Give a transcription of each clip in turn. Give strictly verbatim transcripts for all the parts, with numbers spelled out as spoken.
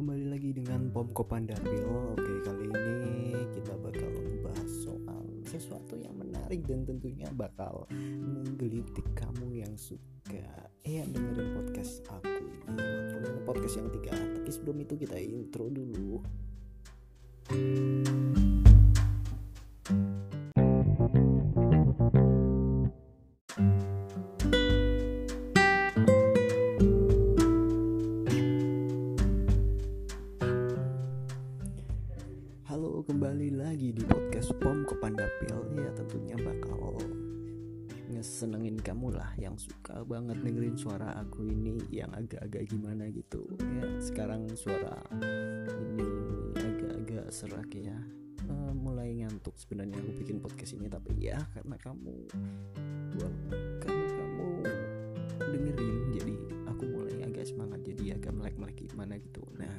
kembali lagi dengan Pomko Pandapil. Oke, kali ini kita bakal membahas soal sesuatu yang menarik dan tentunya bakal menggelitik kamu yang suka ya dengerin podcast aku ini. Walaupun ini podcast yang tiga, tapi sebelum itu kita intro dulu. Halo, kembali lagi di podcast Pomko Pandapil. Ya tentunya bakal ngesenengin kamu lah yang suka banget dengerin suara aku ini yang agak-agak gimana gitu. Ya sekarang suara ini agak-agak serak ya. Uh, mulai ngantuk sebenarnya aku bikin podcast ini, tapi ya karena kamu well, karena kamu dengerin jadi aku mulai agak semangat, jadi agak melek-melek gimana gitu. Nah,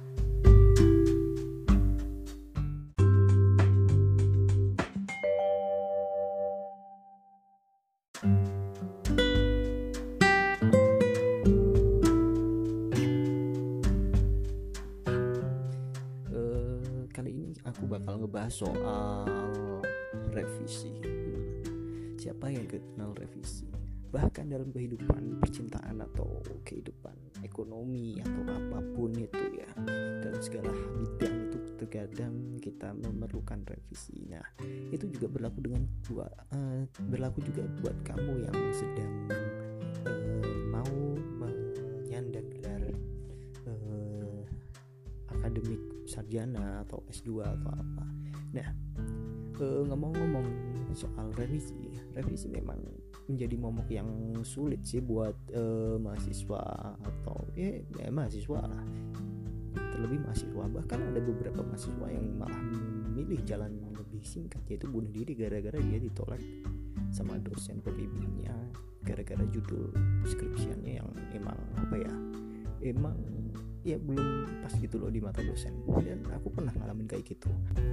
aku bakal ngebahas soal revisi. Siapa yang gak kenal revisi? Bahkan dalam kehidupan percintaan atau kehidupan ekonomi atau apapun itu ya, dalam segala bidang itu terkadang kita memerlukan revisi. Nah, itu juga berlaku dengan buat uh, berlaku juga buat kamu yang sedang uh, mau menyandang gelar uh, akademik sarjana atau S dua atau apa. Nah, e, ngomong-ngomong soal revisi, revisi memang menjadi momok yang sulit sih buat e, mahasiswa atau ya, ya mahasiswa lah. Terlebih mahasiswa, bahkan ada beberapa mahasiswa yang malah memilih jalan yang lebih singkat, yaitu bunuh diri gara-gara dia ditolak sama dosen pembimbingnya gara-gara judul skripsiannya yang emang apa ya, emang ya belum pas gitu loh di mata dosen. Dan aku pernah ngalamin kayak gitu.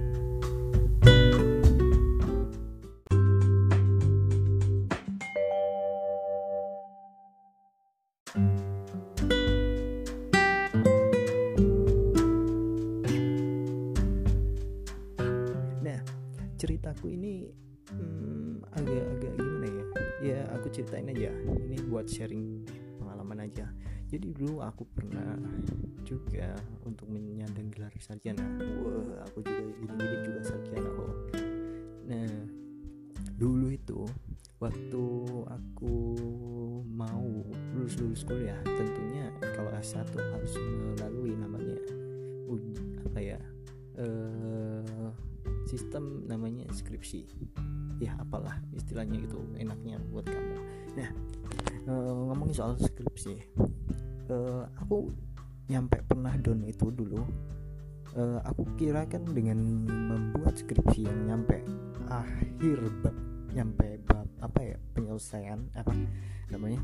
Nah, ceritaku ini hmm, agak-agak gimana ya? Ya aku ceritain aja. Ini buat sharing pengalaman aja. Jadi dulu aku pernah juga untuk menyandang gelar sarjana. Wah, aku juga gini-gini juga sarjana loh. Nah, dulu itu waktu aku mau lulus-lulus kuliah, tentunya kalau S satu harus melalui namanya uji, apa ya? Uh, sistem namanya skripsi. Ya apalah istilahnya gitu, enaknya buat kamu. Nah, uh, ngomongin soal skripsi. Uh, aku nyampe pernah down itu dulu. Uh, aku kira kan dengan membuat skripsi yang nyampe akhir bab, nyampe bab apa ya, penyelesaian apa namanya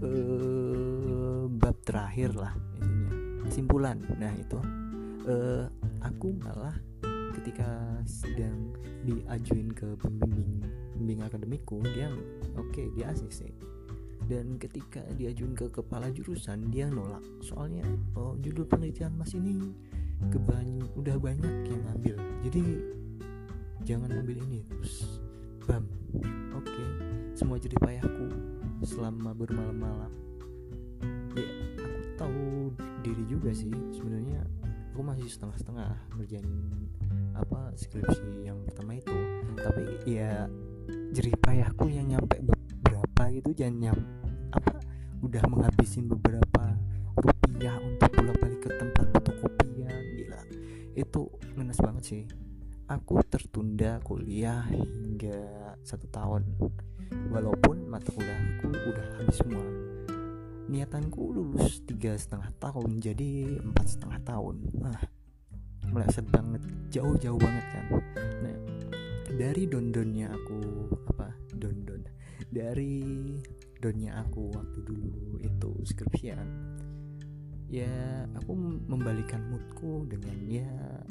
uh, bab terakhir lah intinya, kesimpulan. Nah itu uh, aku malah ketika sedang diajuin ke pembimbing pembimbing akademikku, dia oke okay, dia A C C. Dan ketika diajuin ke kepala jurusan, dia nolak. Soalnya oh, judul penelitian mas ini kebany- udah banyak yang ngambil, jadi jangan ambil ini. Terus bam, oke okay. Semua jerih payahku selama bermalam-malam. Ya aku tahu diri juga sih sebenarnya. Aku masih setengah-setengah ngerjain apa skripsi yang pertama itu. Tapi ya jerih payahku yang nyampe berapa gitu, jangan nyampe apa udah menghabisin beberapa rupiah untuk bolak-balik ke tempat fotokopian. Gila, itu ngenes banget sih. Aku tertunda kuliah hingga satu tahun, walaupun mata kuliahku udah habis semua. Niatanku lulus tiga setengah tahun jadi empat setengah tahun. Nah, meleset banget, jauh-jauh banget kan. Nah, dari don-donnya aku apa don-don dari donnya aku waktu dulu itu skripsian, ya aku membalikan moodku dengan ya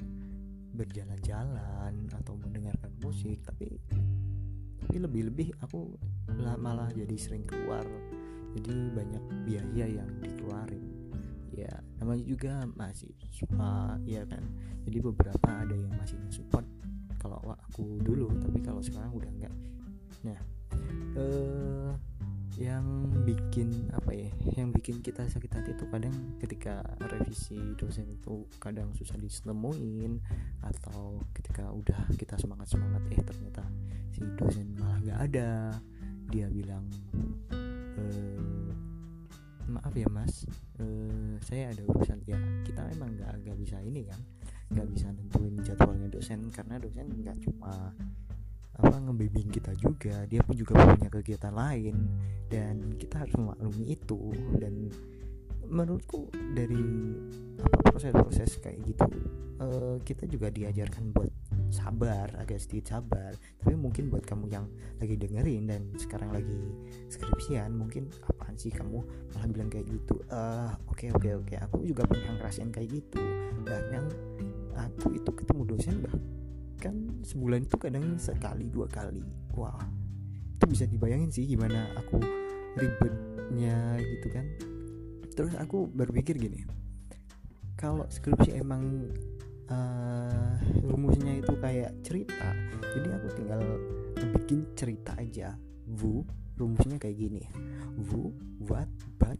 berjalan-jalan atau mendengarkan musik. Tapi tapi lebih-lebih aku malah jadi sering keluar, jadi banyak biaya yang dikeluarin. ya namanya juga mahasiswa ya kan, jadi beberapa ada yang masih support kalau aku dulu, tapi kalau sekarang udah enggak. Nah eh yang bikin apa ya yang bikin kita sakit hati itu kadang ketika revisi dosen itu kadang susah ditemuin, atau ketika udah kita semangat semangat eh ternyata si dosen malah nggak ada, dia bilang e, maaf ya mas, e, saya ada urusan. Ya kita memang nggak nggak bisa ini kan, nggak bisa nentuin jadwalnya dosen, karena dosen nggak cuma apa ngebimbing kita juga, dia pun juga punya kegiatan lain dan kita harus memaklumi itu. Dan menurutku dari apa proses-proses kayak gitu uh, kita juga diajarkan buat sabar, agak sedikit sabar. Tapi mungkin buat kamu yang lagi dengerin dan sekarang lagi skripsian, mungkin apaan sih kamu malah bilang kayak gitu. uh, oke oke oke aku juga pernah ngerasain kayak gitu. Bahkan aku itu ketemu dosen bah kan sebulan itu kadang sekali dua kali. Wah itu bisa dibayangin sih gimana aku ribetnya gitu kan. Terus aku berpikir gini, kalau skripsi emang uh, rumusnya itu kayak cerita, jadi aku tinggal bikin cerita aja. Who rumusnya kayak gini, who, what, but,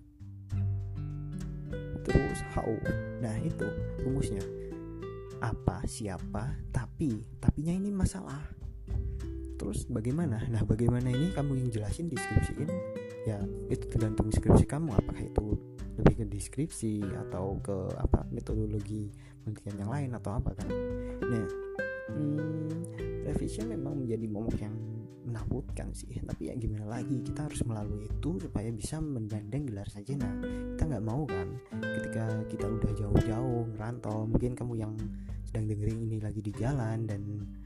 terus how. Nah itu rumusnya, apa, siapa, tapi tapinya ini masalah. Terus bagaimana? Nah bagaimana ini kamu yang jelasin, deskripsiin. Ya itu tergantung deskripsi kamu, apakah itu lebih ke deskripsi atau ke apa metodologi penelitian yang lain atau apa kan. Nah hmm, revisi memang menjadi momok yang menakutkan sih, tapi ya gimana lagi, kita harus melalui itu supaya bisa menggandeng gelar sarjana. Kita nggak mau kan ketika kita udah jauh-jauh ngerantau, mungkin kamu yang sedang dengerin ini lagi di jalan dan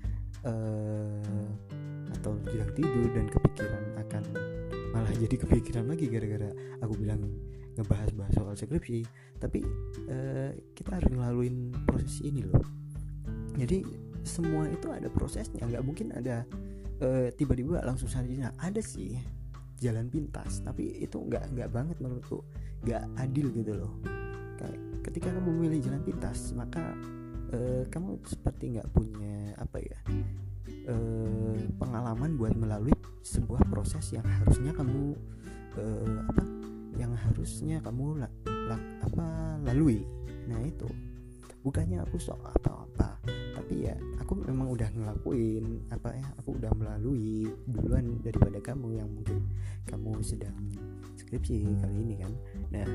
uh, atau sedang tidur dan kepikiran akan malah jadi kepikiran lagi gara-gara aku bilang ngebahas-bahas soal skripsi. Tapi uh, kita harus ngelaluin proses ini loh. Jadi semua itu ada prosesnya, nggak mungkin ada uh, tiba-tiba langsung sarjana. Ada sih jalan pintas, tapi itu nggak nggak banget menurutku, nggak adil gitu loh. Kayak ketika kamu memilih jalan pintas, maka Uh, kamu seperti nggak punya apa ya uh, pengalaman buat melalui sebuah proses yang harusnya kamu uh, apa yang harusnya kamu la, la, apa lalui. Nah itu bukannya aku sok atau apa, tapi ya aku memang udah ngelakuin apa ya aku udah melalui duluan daripada kamu yang mungkin kamu sedang skripsi kali ini kan. Nah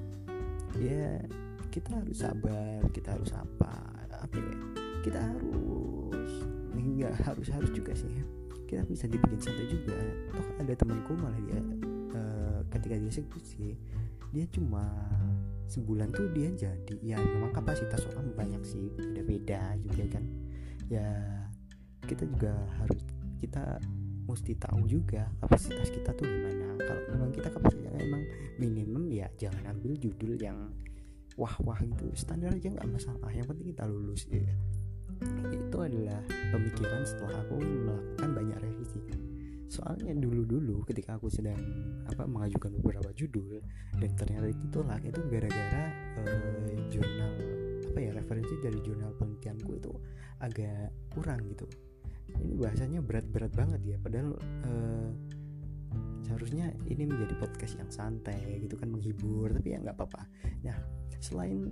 ya kita harus sabar, kita harus apa apa ya kita harus nggak harus harus juga sih ya. Kita bisa dibikin santai juga. Toh ada temanku malah dia uh, ketika dia skripsi dia cuma sebulan tuh dia jadi, ya memang kapasitas orang banyak sih, beda-beda juga kan ya. Kita juga harus kita mesti tahu juga kapasitas kita tuh gimana. Kalau memang kita kapasitasnya memang minimum, ya jangan ambil judul yang wah-wah gitu, standar aja nggak masalah, yang penting kita lulus ya. Itu adalah pemikiran setelah aku melakukan banyak revisi. Soalnya dulu-dulu ketika aku sedang apa mengajukan beberapa judul dan ternyata itu tolak, itu gara-gara eh, jurnal apa ya referensi dari jurnal penelitianku itu agak kurang gitu. Ini bahasanya berat-berat banget ya, padahal eh, seharusnya ini menjadi podcast yang santai gitu kan, menghibur, tapi ya nggak apa-apa. Nah selain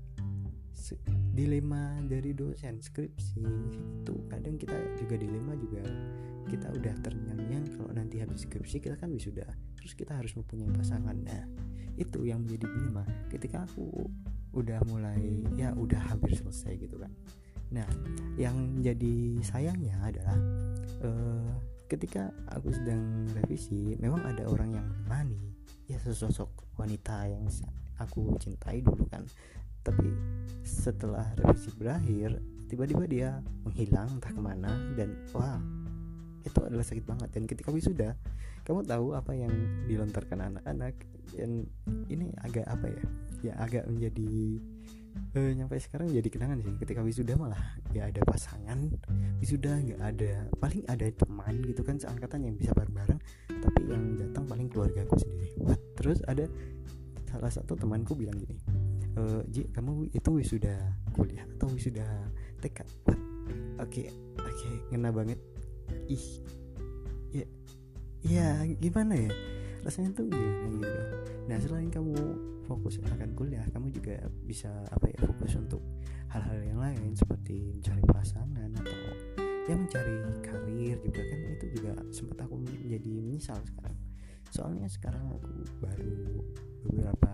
se- dilema dari dosen skripsi itu, kadang kita juga dilema juga, kita udah ternyang-nyang kalau nanti habis skripsi kita kan wisuda, terus kita harus mempunyai pasangan. Nah itu yang menjadi dilema ketika aku udah mulai ya udah hampir selesai gitu kan. Nah yang jadi sayangnya adalah uh, ketika aku sedang revisi memang ada orang yang menemani, ya sesosok wanita yang aku cintai dulu kan. Tapi setelah revisi berakhir tiba-tiba dia menghilang entah kemana, dan wah itu adalah sakit banget. Dan ketika wisuda kamu tahu apa yang dilontarkan anak-anak, dan ini agak apa ya ya agak menjadi eh, nyampe sekarang jadi kenangan sih. Ketika wisuda malah ya ada pasangan, wisuda nggak ada, paling ada teman gitu kan seangkatan yang bisa bareng-bareng, tapi yang datang paling keluarga aku sendiri. Wah, terus ada salah satu temanku bilang gini, uh, Ji, kamu itu wisuda kuliah atau wisuda T K? Oke, oke, okay, ngena banget. Ih, ya, ya gimana ya? Rasanya tuh gimana gitu. Nah, selain kamu fokus akan kuliah, kamu juga bisa apa ya, fokus untuk hal-hal yang lain seperti mencari pasangan atau ya mencari karir juga kan. Itu juga sempat aku menjadi menyesal sekarang. Soalnya sekarang aku baru beberapa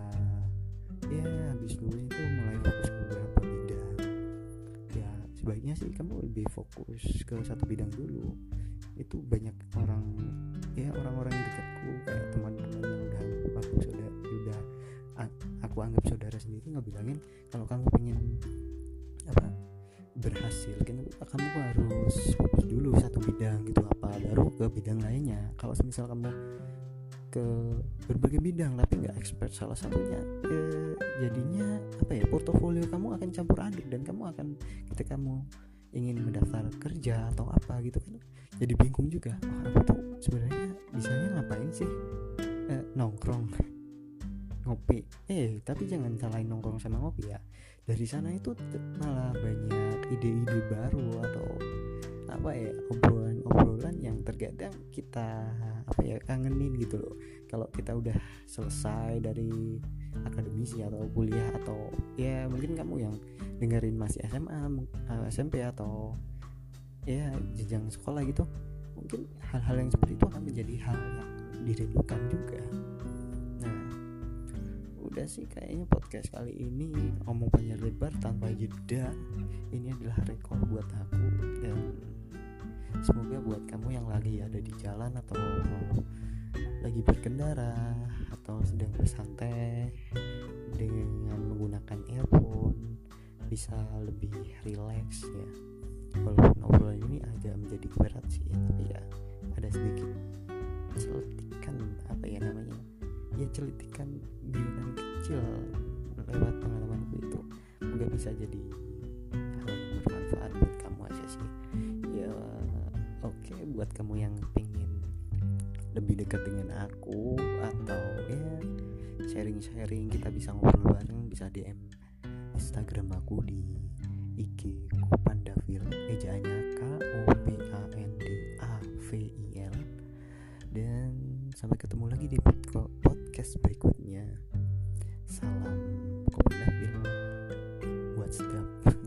ya habis lulus itu mulai fokus ke beberapa bidang. Ya sebaiknya sih kamu lebih fokus ke satu bidang dulu. Itu banyak orang ya orang-orang yang dekatku kayak teman-teman yang udah aku sudah sudah aku anggap saudara sendiri ngebilangin kalau kamu pengen apa berhasil kan kamu harus fokus dulu satu bidang gitu, apa baru ke bidang lainnya. Kalau misal kamu ke berbagai bidang tapi nggak expert salah satunya, eh, jadinya apa ya, portofolio kamu akan campur aduk dan kamu akan ketika kamu ingin mendaftar kerja atau apa gitu kan jadi bingung juga. Oh, aku tuh sebenarnya bisanya ngapain sih? Eh, nongkrong, ngopi. Eh tapi jangan salahin nongkrong sama ngopi ya. Dari sana itu malah banyak ide-ide baru atau apa ya, obrolan-obrolan yang terkadang kita apa ya kangenin gitu loh. Kalau kita udah selesai dari akademisi atau kuliah atau ya mungkin kamu yang dengerin masih S M A, S M P atau ya jenjang sekolah gitu, mungkin hal-hal yang seperti itu akan menjadi hal yang dirindukan juga. Nah, udah sih kayaknya podcast kali ini omong panjang lebar tanpa jeda. Ini adalah rekor buat aku dan semoga buat kamu yang lagi ada di jalan atau lagi berkendara atau sedang bersantai dengan menggunakan earphone bisa lebih rileks ya. Walaupun obrolan ini agak menjadi berat sih ya, tapi ya ada sedikit celitikan apa ya namanya ya celitikan biunan kecil lewat pengalamanku itu, mungkin bisa jadi hal yang bermanfaat buat kamu aja sih ya. Oke, buat kamu yang pengen lebih dekat dengan aku atau ya sharing-sharing, kita bisa ngobrol bareng, bisa D M Instagram aku di I G Kopandavil, ejaannya K O P A N D A V I L. Dan sampai ketemu lagi di podcast berikutnya. Salam Kopandavil, what's up?